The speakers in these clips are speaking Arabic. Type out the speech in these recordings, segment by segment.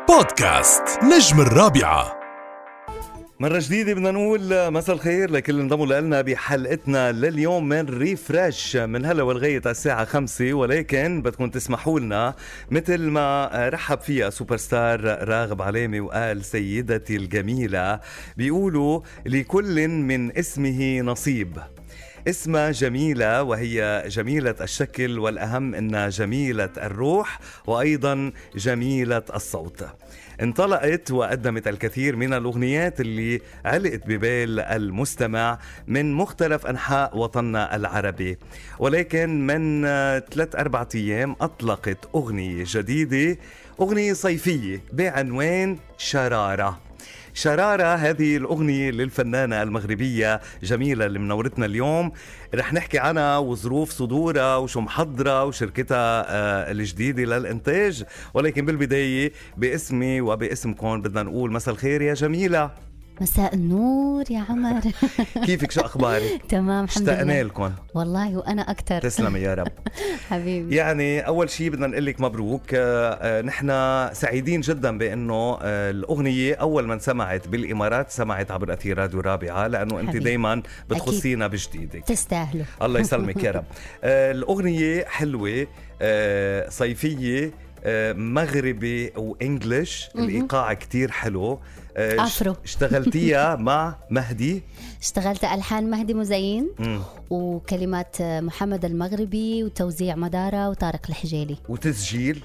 بودكاست نجم الرابعة. مرة جديدة بدنا نقول مساء الخير لكل اللي انضموا لنا بحلقتنا لليوم من ريفرش من هلا والغاية الساعة 5. ولكن بدكم تسمحوا لنا مثل ما رحب فيها سوبر ستار راغب علامي وقال سيدتي الجميلة، بيقولوا لكل من اسمه نصيب. اسمها جميلة وهي جميلة الشكل، والأهم أنها جميلة الروح وأيضا جميلة الصوت. انطلقت وقدمت الكثير من الأغنيات اللي علقت ببال المستمع من مختلف أنحاء وطننا العربي. ولكن من 3-4 أيام أطلقت أغنية جديدة، أغنية صيفية بعنوان شرارة. شرارة هذه الأغنية للفنانة المغربية جميلة اللي منورتنا اليوم. رح نحكي عنها وظروف صدورها وشو محضرة وشركتها الجديدة للإنتاج. ولكن بالبداية باسمي وباسمكم بدنا نقول مساء الخير يا جميلة. مساء النور يا عمر. كيفك؟ شو أخبارك؟ تمام الحمد لله. اشتقنا لكم والله وأنا أكتر. تسلمي يا رب. حبيبي. يعني أول شيء بدنا نقول لك مبروك. نحن سعيدين جدا بأنه الأغنية أول من سمعت بالإمارات سمعت عبر أثير راديو رابعة، لأنه أنت دايما بتخصينا بجديدك. تستاهلوا. الله يسلمك يا رب. الأغنية حلوة، صيفية، مغربي وإنجليش، الإيقاع كتير حلو. أفرو. اشتغلتيها مع مهدي؟ اشتغلت ألحان مهدي مزين وكلمات محمد المغربي وتوزيع مدارة وطارق الحجيلي وتسجيل.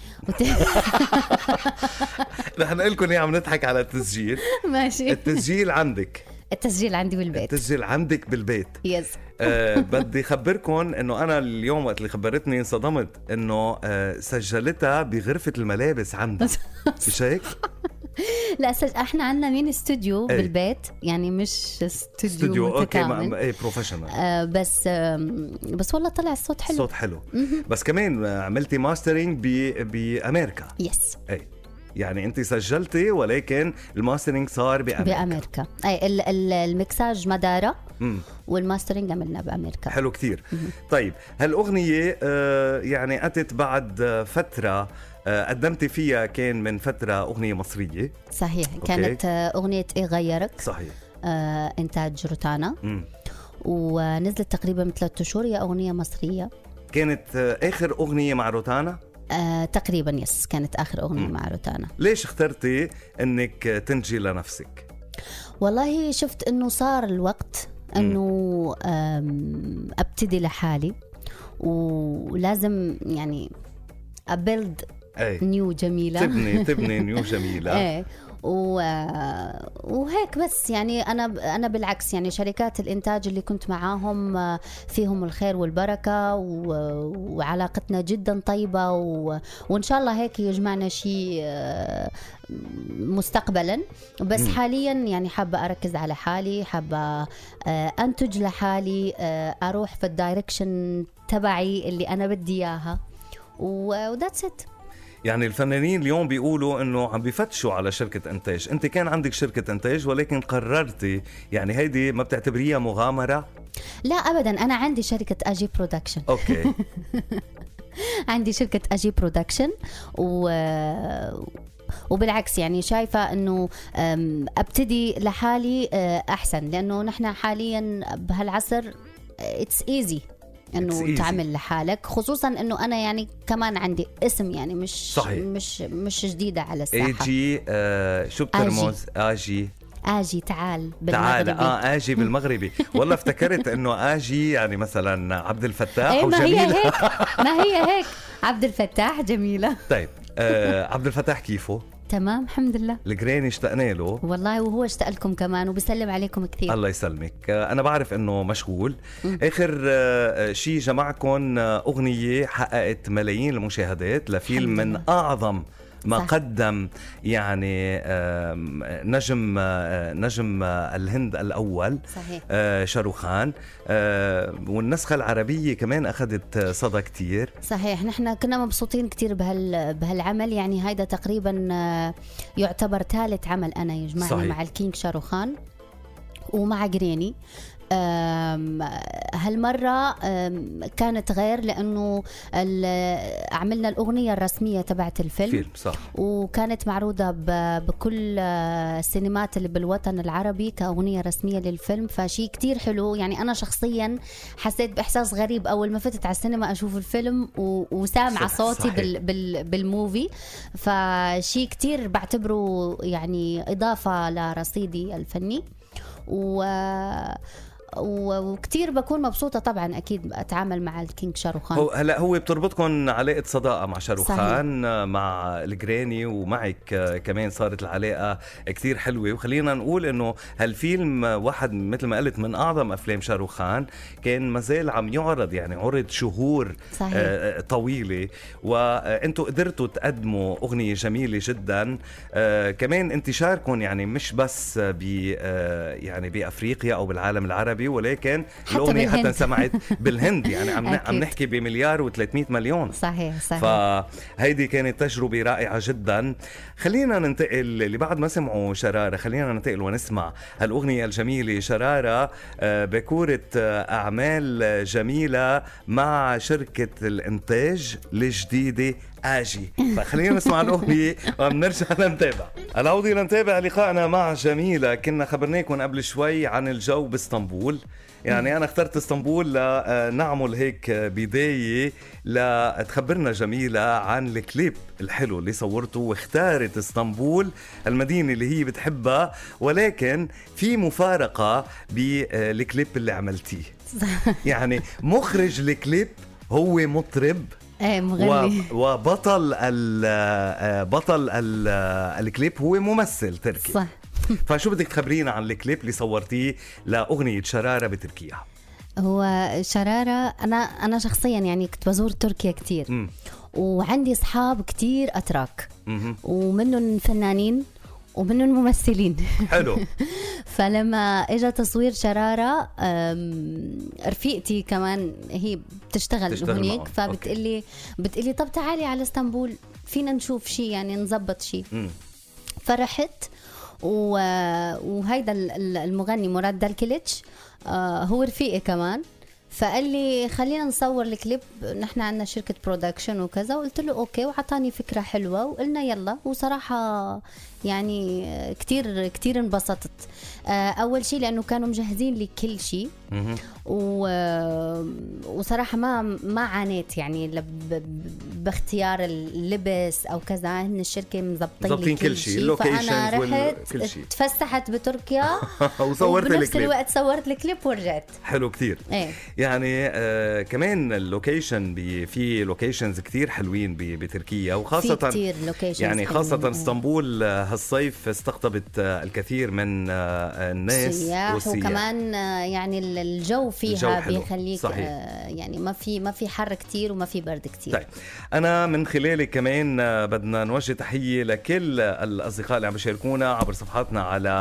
رح نقول لكم عم نضحك على التسجيل. ماشي. التسجيل عندك؟ التسجيل عندي بالبيت. التسجيل عندك بالبيت؟ يس. بدي خبركم انه انا اليوم وقت اللي خبرتني انصدمت انه سجلتها بغرفة الملابس عندها. مش هيك؟ لا احنا عندنا مين استوديو بالبيت، يعني مش استوديو متكامل. اوكي بروفيشنال. بس والله طلع الصوت حلو. صوت حلو. بس كمان عملتي ماسترينج بامريكا. يس. اي يعني انت سجلتي ولكن الماسترينج صار بامريكا. اي المكساج مدارة والماسترينج عملنا بامريكا. حلو كتير. طيب هالاغنيه يعني اتت بعد فتره قدمتي فيها، كان من فتره اغنيه مصريه. صحيح. أوكي. كانت اغنيه ايه غيرك. صحيح. انتاج روتانا. ونزلت تقريبا من 3 شهور. هي اغنيه مصريه. كانت اخر اغنيه مع روتانا؟ تقريبا يس، كانت آخر أغنية مع روتانا. ليش اخترتي أنك تنجي لنفسك؟ والله شفت أنه صار الوقت أنه أبتدي لحالي، ولازم يعني أبيلد نيو جميلة. تبني نيو جميلة. وهيك بس. يعني أنا بالعكس، يعني شركات الإنتاج اللي كنت معاهم فيهم الخير والبركة، وعلاقتنا جدا طيبة، وإن شاء الله هيك يجمعنا شيء مستقبلا. بس حاليا يعني حابة أركز على حالي، حابة أنتج لحالي، أروح في الدايركشن تبعي اللي أنا بدي إياها، وذاتس إت. يعني الفنانين اليوم بيقولوا انه عم بيفتشوا على شركة انتاج. انت كان عندك شركة انتاج ولكن قررتي، يعني هيدي ما بتعتبريها مغامرة؟ لا ابدا، انا عندي شركة اجي برودكشن. اوكي. عندي شركة اجي برودكشن، وبالعكس يعني شايفة انه ابتدي لحالي احسن، لانه نحن حاليا بهالعصر اتس ايزي انه تعمل لحالك، خصوصا انه انا يعني كمان عندي اسم، يعني مش جديدة على الساحة. اجي شو بترمز؟ اجي تعال بالمغربي. اجي بالمغربي. والله افتكرت انه اجي يعني مثلا عبد الفتاح وجميلة. ما هي هيك عبد الفتاح جميلة. طيب عبد الفتاح كيفه؟ تمام الحمد لله. الجريني اشتقنا له والله، وهو اشتاق لكم كمان وبسلم عليكم كثير. الله يسلمك. أنا بعرف أنه مشغول. آخر شيء جمعكم أغنية حققت ملايين المشاهدات لفيلم من أعظم ما قدم يعني نجم الهند الأول. صحيح. شاروخان. والنسخة العربية كمان أخذت صدى كتير. صحيح. نحن كنا مبسوطين كتير بهالعمل. يعني هيدا تقريبا يعتبر ثالث عمل أنا يجمعني مع الكينج شاروخان، ومع جريني. هالمرة كانت غير لأنه عملنا الأغنية الرسمية تبعت الفيلم صح. وكانت معروضة بكل السينمات اللي بالوطن العربي كأغنية رسمية للفيلم، فشي كتير حلو. يعني أنا شخصيا حسيت بإحساس غريب أول ما فتت على السينما أشوف الفيلم وسامع صوتي بالموفي، فشي كتير بعتبره يعني إضافة لرصيدي الفني. وكتير بكون مبسوطة طبعا أكيد أتعامل مع الكينج شاروخان. هلا هو بتربطكم علاقة صداقة مع شاروخان، مع الجراني ومعك كمان صارت العلاقة كتير حلوة. وخلينا نقول إنه هالفيلم واحد مثل ما قلت من أعظم أفلام شاروخان، كان مازال عم يعرض، يعني عرض شهور طويلة، وأنتوا قدرتوا تقدموا أغنية جميلة جدا. كمان انتشاركم يعني مش بس يعني بأفريقيا أو بالعالم العربي، ولكن الأغنية حتى سمعت بالهند. يعني عم نحكي بمليار و300 مليون. صحيح. فهيدي كانت تجربة رائعة جدا. خلينا ننتقل اللي بعد ما سمعوا شرارة، خلينا ننتقل ونسمع هالأغنية الجميلة. شرارة بكورة أعمال جميلة مع شركة الإنتاج الجديدة آجي. فخلينا نسمع الأغنية ونرجع نتابع. العودة لنتابع لقائنا مع جميلة. كنا خبرناكم قبل شوي عن الجو باسطنبول. يعني أنا اخترت اسطنبول لنعمل هيك بداية لتخبرنا جميلة عن الكليب الحلو اللي صورته، واختارت اسطنبول المدينة اللي هي بتحبها، ولكن في مفارقة بالكليب اللي عملتيه. يعني مخرج الكليب هو مطرب مغني، وبطل الكليب هو ممثل تركي. صح. فشو بدك تخبرينا عن الكليب اللي صورتيه لأغنية شرارة بتركيا؟ هو شرارة أنا شخصيا يعني كنت بزور تركيا كتير، وعندي أصحاب كتير أتراك، ومنهم فنانين ومنهم ممثلين. حلو. فلما اجى تصوير شرارة، رفيقتي كمان هي بتشتغل هناك، فبتقلي طب تعالي على اسطنبول فينا نشوف شيء، يعني نزبط شيء. فرحت وهيدا المغني مراد دالكيليتش هو رفيقي كمان، فقال لي خلينا نصور الكليب، نحن عندنا شركة برودكشن وكذا. وقلت له اوكي، وعطاني فكرة حلوة وقلنا يلا. وصراحة يعني كتير انبسطت. اول شيء لانه كانوا مجهزين لي كل شيء، وصراحة ما عانيت يعني باختيار اللبس او كذا. هن الشركة مزبطين كل شيء، فانا رحت تفسحت بتركيا وصورت بنفس الوقت صورت الكليب ورجعت. حلو كتير. يعني كمان اللوكيشن في لوكيشنز كتير حلوين بتركيا، وخاصة كتير يعني خاصة اسطنبول هالصيف استقطبت الكثير من الناس والسياح، وكمان يعني الجو فيها بيخليك يعني ما في حر كتير وما في برد كتير. طيب أنا من خلالك كمان بدنا نوجه تحية لكل الأصدقاء اللي عم بيشاركونا عبر صفحاتنا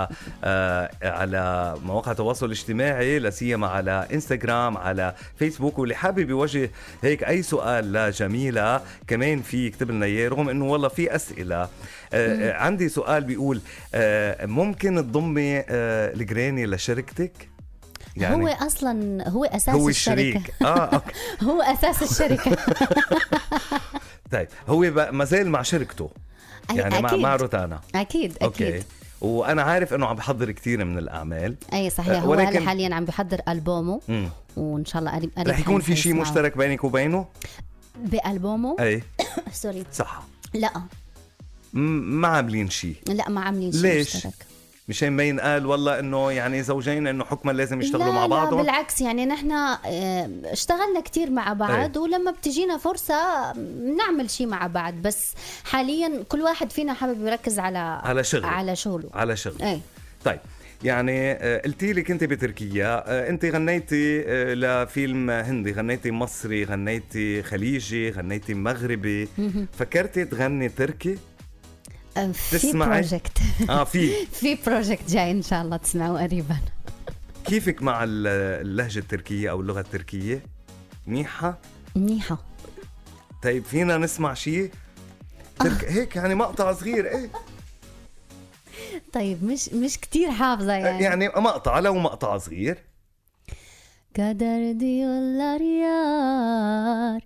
على مواقع التواصل الاجتماعي، لاسيما على انستغرام، على فيسبوك. واللي حابب يوجه هيك أي سؤال لجميلة كمان في يكتب لنا إياه، رغم إنه والله في أسئلة. عندي سؤال بيقول ممكن تضمي الجراني لشركتك؟ يعني هو أصلا هو أساس الشركة. هو أساس الشركة. طيب هو مازال مع شركته يعني مع روتانا؟ أكيد. أوكي. وأنا عارف إنه عم بحضر كتير من الأعمال. أي صحيح. هو حاليا عم بحضر ألبومه، وإن شاء الله قريب رح يكون في شيء مشترك بينك وبينه بألبومه. أي سوري صح. لا ما عاملين شيء. لا ما عاملين شيء مشترك. مشان ما ينقال والله انه يعني زوجين انه حكما لازم يشتغلوا مع بعضهم. لا بالعكس، يعني نحن اشتغلنا كتير مع بعض، ولما بتجينا فرصة نعمل شيء مع بعض، بس حاليا كل واحد فينا حابب يركز على شغله. طيب يعني قلتي لي كنت بتركيا، انت غنيتي لفيلم هندي، غنيتي مصري، غنيتي خليجي، غنيتي مغربي، فكرتي تغني تركي؟ في بروجكت في بروجكت جاي ان شاء الله تسمعوه قريبا. كيفك مع اللهجة التركية او اللغة التركية؟ منيحة. طيب فينا نسمع شيء هيك يعني مقطع صغير؟ ايه طيب مش كتير حافظة يعني مقطع، لو مقطع صغير. Kadar diyorlar yar,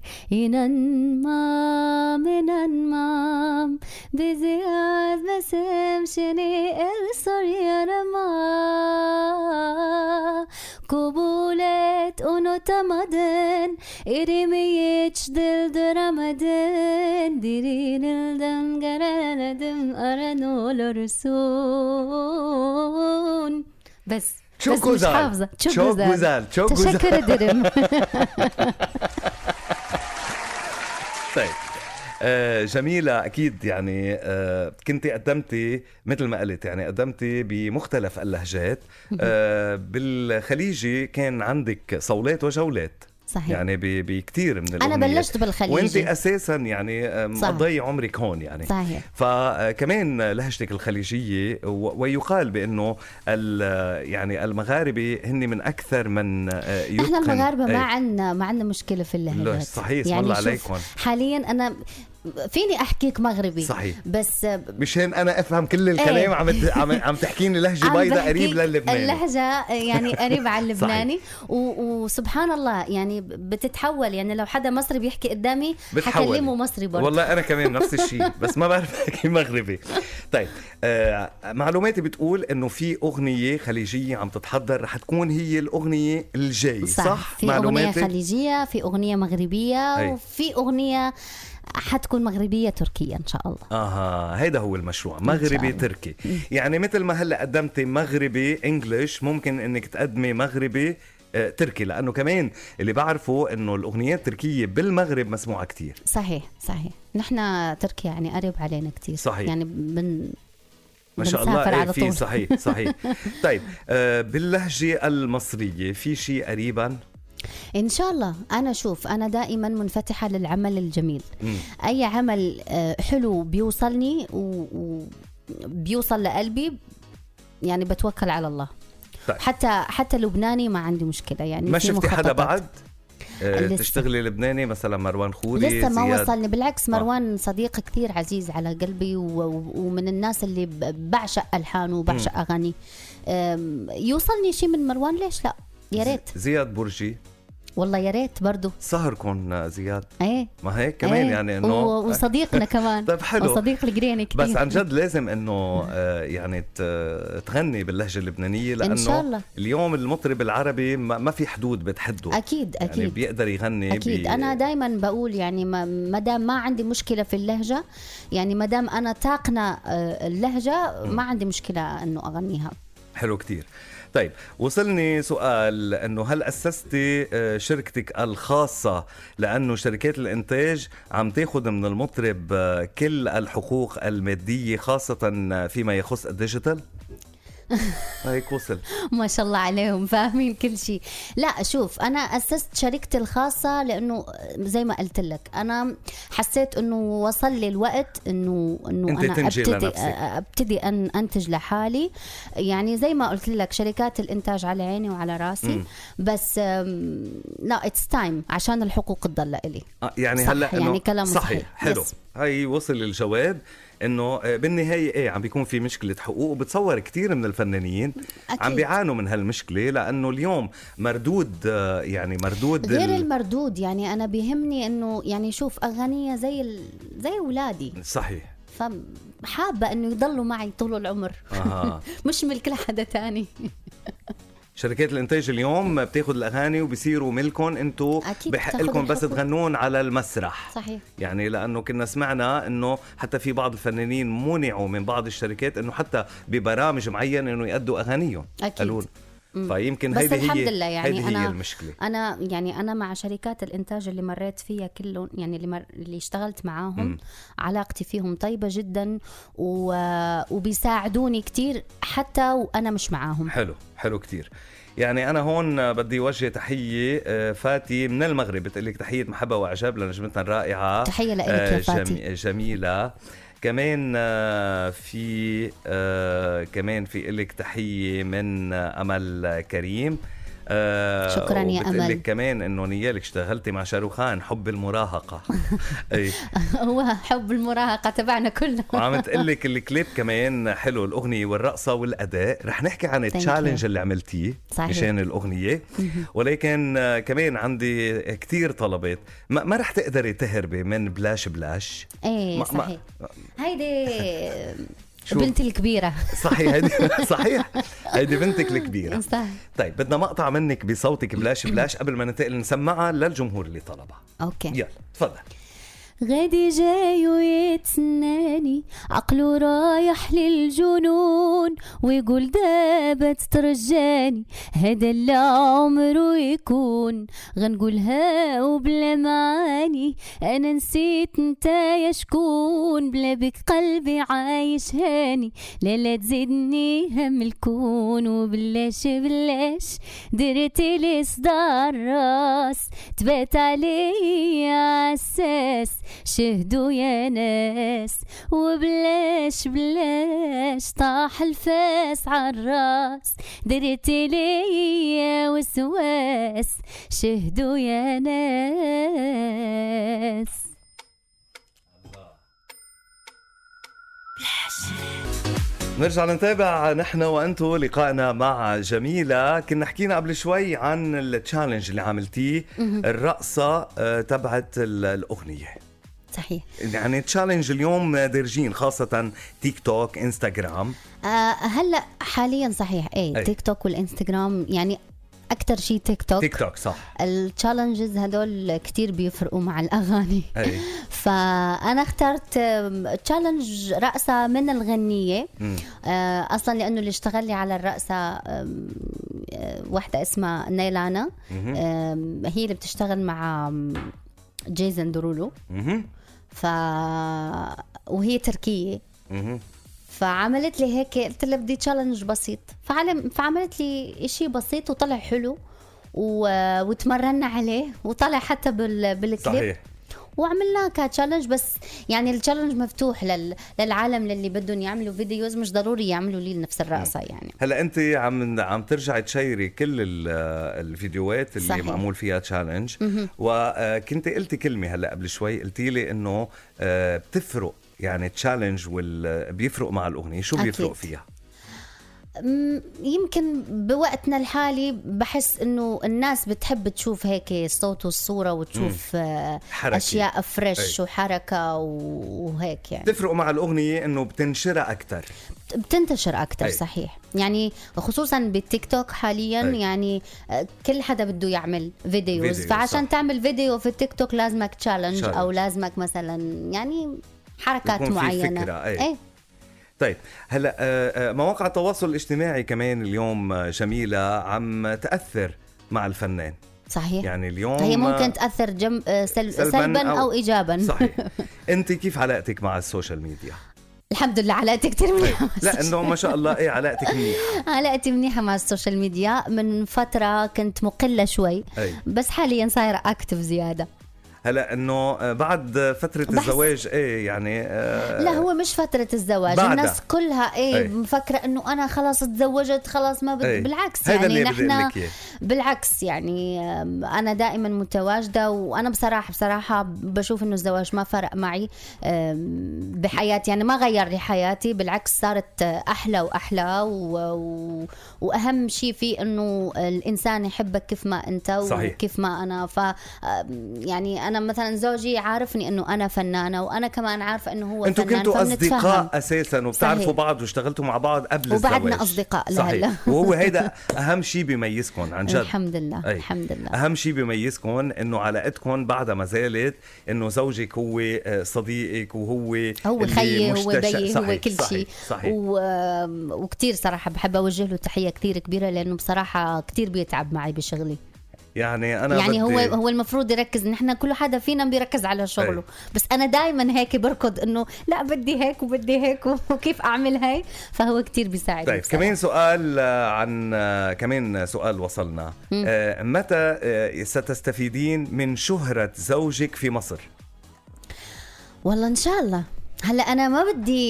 inanmam bizi azmesem seni el sor yarama, kabul et unutamadın, erimi hiç dildiremadın, dirilden gelemedim aran olursun. بس çok güzel. Çok güzel. Teşekkür ederim. طيب جميلة، أكيد يعني كنتي قدمتي مثل ما قلت، يعني قدمتي بمختلف اللهجات. بالخليجي كان عندك صولات وجولات. صحيح. يعني بكتير من الأغنية. أنا بلشت بالخليجي وانت أساسا يعني مقضي عمرك هون يعني. صحيح. فكمان لهجتك الخليجية، ويقال بأنه يعني المغاربة هن من أكثر من يتقن. احنا المغاربة ما عندنا مشكلة في اللهجات. صحيح. يعني والله عليكم. حاليا أنا فيني احكيك مغربي. صحيح. بس مشان انا افهم كل الكلام. عم تحكيني لهجه بيضاء قريب للبناني. اللهجه يعني قريب على اللبناني. وسبحان الله يعني بتتحول. يعني لو حدا مصري بيحكي قدامي حكلمه مصري برضه. والله انا كمان نفس الشيء، بس ما بعرف احكي مغربي. طيب معلوماتي بتقول انه في اغنيه خليجيه عم تتحضر، رح تكون هي الاغنيه الجاي. صح؟ في اغنيه خليجيه، في اغنيه مغربيه، وفي اغنيه حتكون مغربية تركية إن شاء الله. هيدا هو المشروع، مغربي تركي. يعني مثل ما هلأ قدمتي مغربي إنجليش، ممكن إنك تقدمي مغربي تركي، لأنه كمان اللي بعرفه إنه الأغنيات التركية بالمغرب مسموعة كتير. صحيح. نحن تركيا يعني قريب علينا كتير. صحيح. يعني ما شاء الله في صحيح. طيب باللهجة المصرية في شيء قريبا إن شاء الله. أنا دائما منفتحة للعمل الجميل. أي عمل حلو بيوصلني وبيوصل لقلبي، يعني بتوكل على الله. طيب. حتى لبناني ما عندي مشكلة. يعني ما شفتي حدا بعد تشتغلي لبناني مثلا؟ مروان خوري لسه ما وصلني. بالعكس مروان صديق كثير عزيز على قلبي، ومن الناس اللي بعشق ألحان وبعشق أغاني. يوصلني شيء من مروان، ليش لا؟ يا ريت. زياد برجي والله يا ريت برضو. سهركم زياد. ما هيك كمان يعني انه وصديقنا كمان. طيب حلو. وصديق الجريني كتير. بس عن جد لازم انه يعني تغني باللهجة اللبنانية، لانه إن شاء الله. اليوم المطرب العربي ما في حدود بتحده. اكيد يعني بيقدر يغني اكيد. انا دائما بقول يعني ما دام ما عندي مشكلة في اللهجة، يعني ما دام انا تاقنة اللهجة ما عندي مشكلة انه اغنيها. حلو كتير. طيب وصلني سؤال، انه هل اسستي شركتك الخاصة؟ لانه شركات الانتاج عم تاخذ من المطرب كل الحقوق المادية، خاصة فيما يخص الديجيتال. هيك وصل. ما شاء الله عليهم فاهمين كل شيء. لا شوف، أنا أسست شركتي الخاصة لأنه زي ما قلت لك أنا حسيت أنه وصل لي الوقت أنه أنا أبتدي أن أنتج لحالي. يعني زي ما قلت لك شركات الإنتاج على عيني وعلى راسي. بس لا it's time عشان الحقوق تضل لي. يعني هلا يعني كلام صحيح. حلو. هاي وصل الجواب، انه بالنهايه عم بيكون في مشكله حقوق، وبتصور كتير من الفنانين أكيد عم بيعانوا من هالمشكله، لانه اليوم مردود يعني مردود غير المردود. يعني انا بيهمني انه يعني شوف اغانيه زي اولادي. صحيح. فحابه انه يضلوا معي طول العمر. مش ملك لحدا تاني. شركات الانتاج اليوم بتاخذ الاغاني وبصيروا ملكم انتم، بحق لكم بس تغنون على المسرح. صحيح. يعني لانه كنا سمعنا انه حتى في بعض الفنانين منعوا من بعض الشركات انه حتى ببرامج معينه انه يأدوا اغانيهم. اكيد. فيمكن بس الحمد لله يعني هي المشكله. انا مع شركات الانتاج اللي مريت فيها كلهم، يعني اللي اشتغلت معاهم علاقتي فيهم طيبه جدا، وبيساعدوني كتير حتى وانا مش معاهم. حلو كتير. يعني أنا هون بدي وجه تحية فاتي من المغرب، بتقلك تحية محبة وإعجاب لنجمتنا الرائعة. تحية لك يا فاتي. جميلة. كمان في لك تحية من أمل كريم. شكرا يا أمل. بتقلك كمان إنه نيالك اشتغلتي مع شاروخان حب المراهقة. أي هو حب المراهقة تبعنا كلنا. وعم تقلك الكليب كمان حلو، الأغنية والرقصة والأداء. رح نحكي عن التشالنج اللي عملتيه مشان الأغنية، ولكن كمان عندي كتير طلبات. ما رح تقدري تهربي من بلاش بلاش. ايه صحيح. هيدي بنتي الكبيرة. صحيح هيدي صحيح هيدي بنتك الكبيرة. صح. طيب بدنا مقطع منك بصوتك بلاش بلاش قبل ما ننتقل نسمعها للجمهور اللي طلبها. اوكي يلا تفضل. غادي جاي ويتسناني عقله رايح للجنون ويقول دابا ترجاني هذا اللي عمره يكون. غنقولها وبلا معاني انا نسيت انت يا شكون. بلا بك قلبي عايش هاني لا لا تزيدني هم الكون. وبلاش بلاش درتي لي صداع الراس تبات علي عساس شهدوا يا ناس. وبلاش بلاش طاح الفاس عالراس درتي لي يا وسواس شهدوا يا ناس. نرجع نتابع نحن وأنتو لقائنا مع جميلة. كنا حكينا قبل شوي عن التشالنج اللي عملتيه، الرقصة تبعت الأغنية. صحيح. يعني تشالنج اليوم دارجين خاصة تيك توك انستغرام. هلأ حاليا صحيح ايه تيك توك والانستغرام يعني أكتر شيء تيك توك صح. التشالنجز هدول كتير بيفرقوا مع الأغاني. فأنا اخترت تشالنج رقصة من الغنية أصلا لأنه اللي اشتغل لي على الرقصة واحدة اسمها نيلانا، هي اللي بتشتغل مع جيسون دورولو، وهي تركية. فعملت لي هيك قلت لها بدي تشالنج بسيط، فعملت لي إشي بسيط وطلع حلو وتمرنا عليه وطلع حتى بالكليب. صحيح. وعملناه كتشالنج، بس يعني التشالنج مفتوح للعالم اللي بدهم يعملوا فيديوز، مش ضروري يعملوا لي نفس الرقصة يعني. هلا انت عم ترجعي تشيري كل الفيديوهات اللي صحيح. معمول فيها تشالنج. وكنت قلتي كلمة هلا قبل شوي، قلتي لي انه بتفرق يعني تشالنج بيفرق مع الأغنية. شو بيفرق فيها؟ يمكن بوقتنا الحالي بحس انه الناس بتحب تشوف هيك الصوت والصورة وتشوف اشياء فريش وحركة وهيك يعني. تفرق مع الأغنية انه بتنشرها اكتر، بتنتشر اكتر. صحيح. يعني خصوصا بالتيك توك حاليا يعني كل حدا بده يعمل فيديوز. فعشان صح. تعمل فيديو في التيك توك لازمك تشالنج او لازمك مثلا يعني حركات معينة. ايه. طيب هلا مواقع التواصل الاجتماعي كمان اليوم جميلة عم تأثر مع الفنان. صحيح. يعني اليوم هي ممكن تأثر سلبا أو إيجابا. صحيح. أنت كيف علاقتك مع السوشيال ميديا؟ الحمد لله علاقتي كتير منيحة. لا إنه ما شاء الله إيه علاقتك منيحة. علاقتي منيحة مع السوشيال ميديا. من فترة كنت مقلة شوي بس حاليا صايرة أكتف زيادة. هلا انه بعد فتره الزواج ايه يعني لا هو مش فتره الزواج بعدها. الناس كلها مفكره انه انا خلاص تزوجت خلاص ما بالعكس يعني نحن بالعكس يعني انا دائما متواجده. وانا بصراحه بشوف انه الزواج ما فرق معي بحياتي، يعني ما غير لي حياتي، بالعكس صارت احلى واحلى واهم شيء فيه انه الانسان يحبك كيف ما انت وكيف ما انا. ف يعني أنا مثلا زوجي عارفني إنه أنا فنانة وأنا كمان عارفة إنه هو أنتوا فنان. أنتوا كنتوا أصدقاء أساسا وبتعرفوا بعض واشتغلتوا مع بعض قبل الزواج. وبعدنا أصدقاء لهلا. وهو هيدا أهم شيء بيميزكم عن جد. الحمد لله. الحمد لله. أهم شيء بيميزكم إنه علاقتكم بعدها ما زالت إنه زوجك هو صديقك وهو خيي هو بيي هو كل شيء. صحيح. وكتير صراحة بحب أوجه له تحية كتير كبيرة لأنه بصراحة كتير بيتعب معي بشغلي. يعني أنا يعني هو المفروض يركز. نحن كل حدا فينا بيركز على شغله بس أنا دائما هيك بركض إنه لا بدي هيك وبدي هيك وكيف أعمل هاي. فهو كتير بيساعد. طيب كمان سؤال عن كمان سؤال وصلنا. متى ستستفيدين من شهرة زوجك في مصر؟ والله إن شاء الله. هلا أنا ما بدي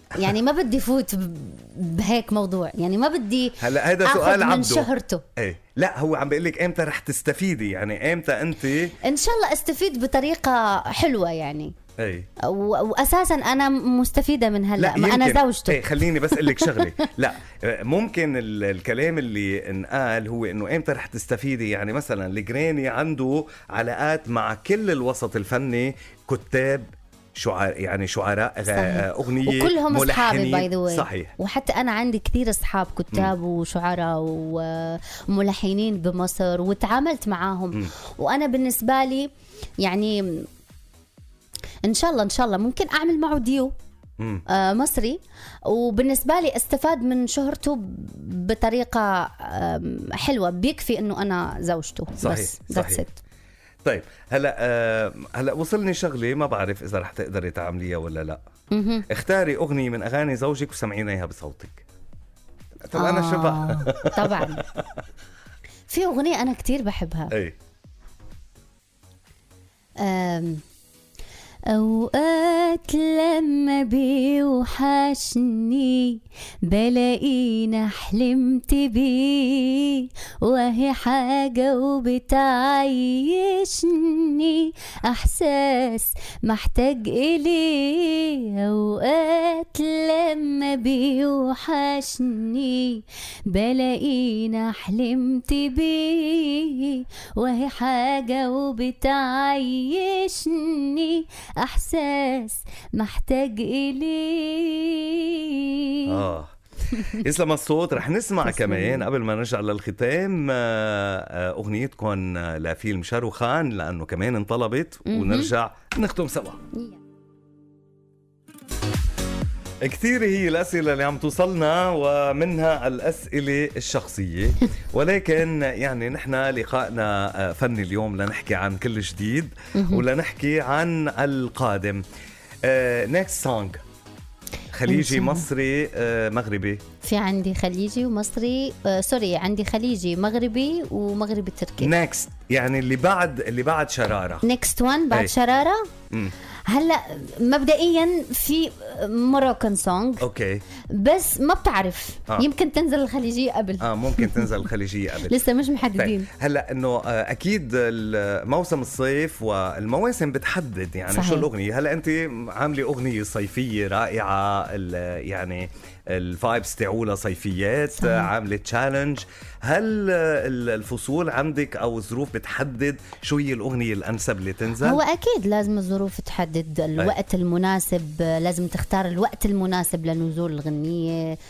يعني ما بدي فوت بهيك موضوع، يعني ما بدي هلا هذا سؤال عبده من شهرته. ايه لا، هو عم بيقول لك امتى رح تستفيدي، يعني امتى انت ان شاء الله استفيد بطريقه حلوه يعني. اي واساسا انا مستفيده من هلا، ما انا زوجته. ايه خليني بس اقول لك شغله. لا ممكن الكلام اللي انقال هو انه امتى رح تستفيدي، يعني مثلا الجريني عنده علاقات مع كل الوسط الفني، كتاب يعني شعراء اغنيه وكلهم اصحابي باي ذا واي. صحيح. وحتى انا عندي كثير اصحاب كتاب وشعراء وملحنين بمصر وتعاملت معاهم. وانا بالنسبه لي يعني ان شاء الله ممكن اعمل معه ديو مصري، وبالنسبه لي استفاد من شهرته بطريقه حلوه. بيكفي انه انا زوجته. صحيح. بس صحيح. طيب هلا وصلني شغله ما بعرف اذا رح تقدري تعمليها ولا لا. اختاري اغنيه من اغاني زوجك وسمعينا اياها بصوتك. طب انا شبه طبعا في اغنيه انا كتير بحبها. اي أوقات لما بيوحشني بلاقينا حلمت بيه، وهي حاجة وبتعيشني إحساس محتاج إليه. أوقات لما بيوحشني بلاقينا حلمت بيه، وهي حاجة وبتعيشني احساس محتاج اليه. يسلم الصوت. رح نسمع كمان قبل ما نرجع للختام اغنيتكم لفيلم شاروخان لانه كمان انطلبت، ونرجع نختم سوا. كثير هي الأسئلة اللي عم توصلنا، ومنها الأسئلة الشخصية، ولكن يعني نحن لقائنا فني اليوم لنحكي عن كل جديد ولنحكي عن القادم. next song خليجي مصري مغربي. في عندي خليجي ومصري سوري، عندي خليجي مغربي ومغربي تركي. next يعني اللي بعد شرارة. next one بعد شرارة. هلا مبدئيا في موروكان سونغ. اوكي بس ما بتعرف يمكن تنزل الخليجية قبل. ممكن تنزل الخليجية قبل. لسه مش محددين. هلا انه اكيد موسم الصيف والمواسم بتحدد يعني صحيح. شو الاغنية. هلا انت عاملة اغنية صيفية رائعة، يعني الفايبس تاعولها صيفيات صحيح. عاملة تشالنج. هل الفصول عندك او الظروف بتحدد شو هي الاغنية الانسب اللي تنزل؟ هو اكيد لازم الظروف تحدد الوقت المناسب، لازم تختار الوقت المناسب لنزول الغنية،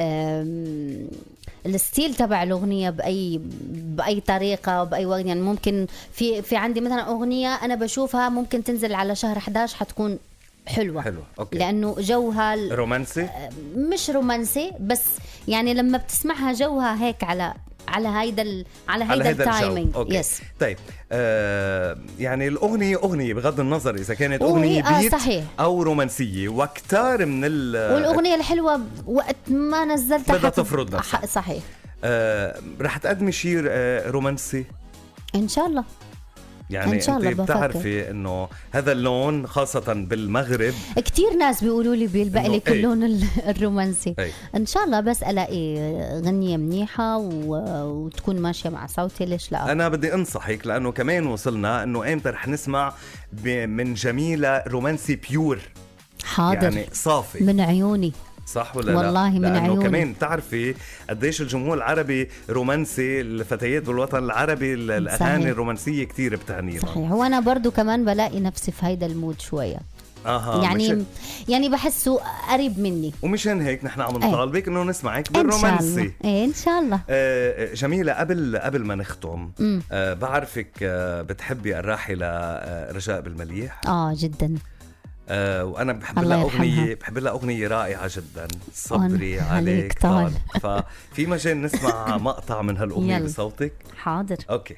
الستيل تبع الأغنية بأي طريقة وبأي وقت. يعني ممكن في عندي مثلا أغنية أنا بشوفها ممكن تنزل على شهر 11 حتكون حلوة. أوكي. لأنه جوها رومانسي، مش رومانسي بس يعني لما بتسمعها جوها هيك على هيدا التايمينج. يس. طيب يعني الأغنية بغض النظر إذا كانت أغنية بيت صحيح. أو رومانسية، وكتار من والأغنية الحلوة وقت ما نزلتها بدها تفرض نفسها. صحيح. رح تقدمي شيء رومانسي إن شاء الله. يعني انت بتعرفي انه هذا اللون خاصة بالمغرب كتير ناس بيقولوا لي بيلبق لك اللون الرومانسي. ان شاء الله بس الاقي غنية منيحة وتكون ماشية مع صوتي، ليش لا. انا بدي انصحك لانه كمان وصلنا انه امتى رح نسمع من جميلة رومانسي بيور. حاضر يعني صافي من عيوني. صح ولا والله لا؟ من عيوني. كمان تعرفي قديش الجمهور العربي رومانسي، الفتيات بالوطن العربي الأغاني الرومانسية كتير بتعنيهم. صحيح. وأنا برضو كمان بلاقي نفسي في هيدا المود شوية. يعني بحسه قريب مني، ومشان هيك نحن عم نطالبك انه نسمعك بالرومانسي. ان شاء الله. جميلة، قبل ما نختم بعرفك بتحبي الراحلة رجاء بالمليح. جدا. وانا بحب لها اغنيه رائعه جدا، صبري عليك طال. ففي مجال نسمع مقطع من هالاغنيه بصوتك؟ حاضر. اوكي.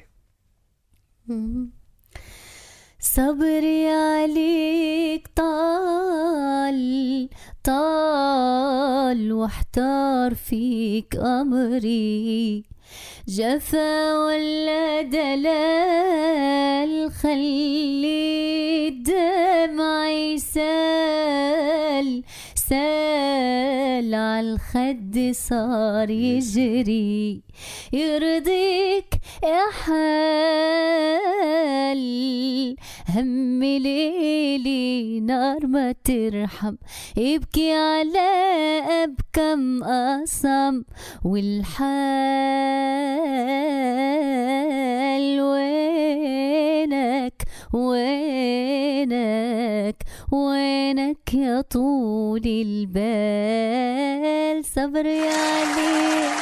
صبري عليك طال واحتار فيك امري، جفا ولا دلال، خلي دمعي سال عالخد صار يجري يرضيك يا حال هم ليلي نار ما ترحم يبكي على أبكم قسم والحال وينك يا طول البال صبري عليك.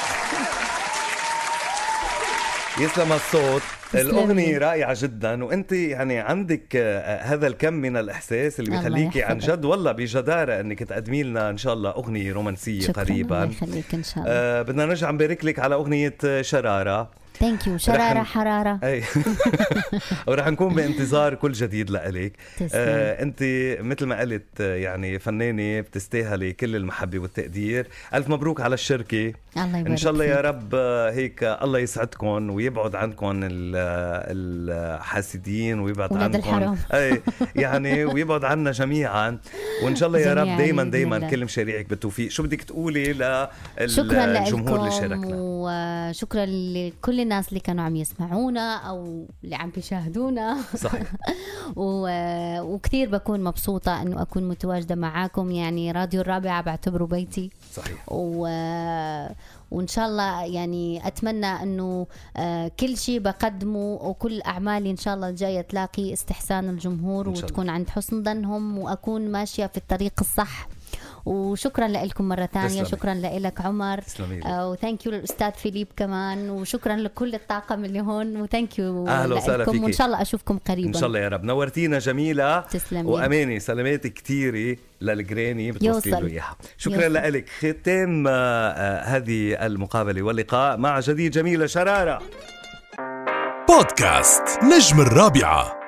يسلم الصوت. الأغنية رائعة جدا، وأنت يعني عندك هذا الكم من الإحساس اللي بيخليكي عن جد والله بجدارة أنك تقدمي لنا إن شاء الله أغنية رومانسية قريبا. الله يخليك إن شاء الله. بدنا نرجع نبارك لك على أغنية شرارة. ثانك يو. شرارة حرارة. اي ورح نكون بانتظار كل جديد لإلك. انت مثل ما قلت يعني فنانة بتستاهلي كل المحبة والتقدير. الف مبروك على الشركة. الله يبارك ان شاء الله فيك. يا رب هيك الله يسعدكم ويبعد عنكم الحاسدين ويبعد عنكم اي يعني ويبعد عنا جميعا، وان شاء الله يا رب دايما كل مشاريعك بالتوفيق. شو بدك تقولي للجمهور اللي شاركنا؟ وشكرا لكل الناس اللي كانوا عم يسمعونا او اللي عم بيشاهدونا. صحيح. وكثير بكون مبسوطة انه اكون متواجدة معاكم. يعني راديو الرابعة بعتبره بيتي. صحيح. وإن شاء الله يعني أتمنى أنه كل شيء بقدمه وكل أعمالي إن شاء الله الجاية تلاقي استحسان الجمهور وتكون عند حسن ظنهم وأكون ماشية في الطريق الصح. وشكرا لكم مرة ثانية. شكرا لك عمر، وثانك يو للأستاذ فيليب كمان، وشكرا لكل الطاقم اللي هون، وثانك يو لكم. وإن شاء الله أشوفكم قريبا إن شاء الله يا رب. نورتينا جميلة. تسلمي. وأماني سلامات كتيرة للجراني بتوصلي له إياها. شكرا لك. ختام هذه المقابلة واللقاء مع جديد جميلة شرارة. بودكاست نجم الرابعة.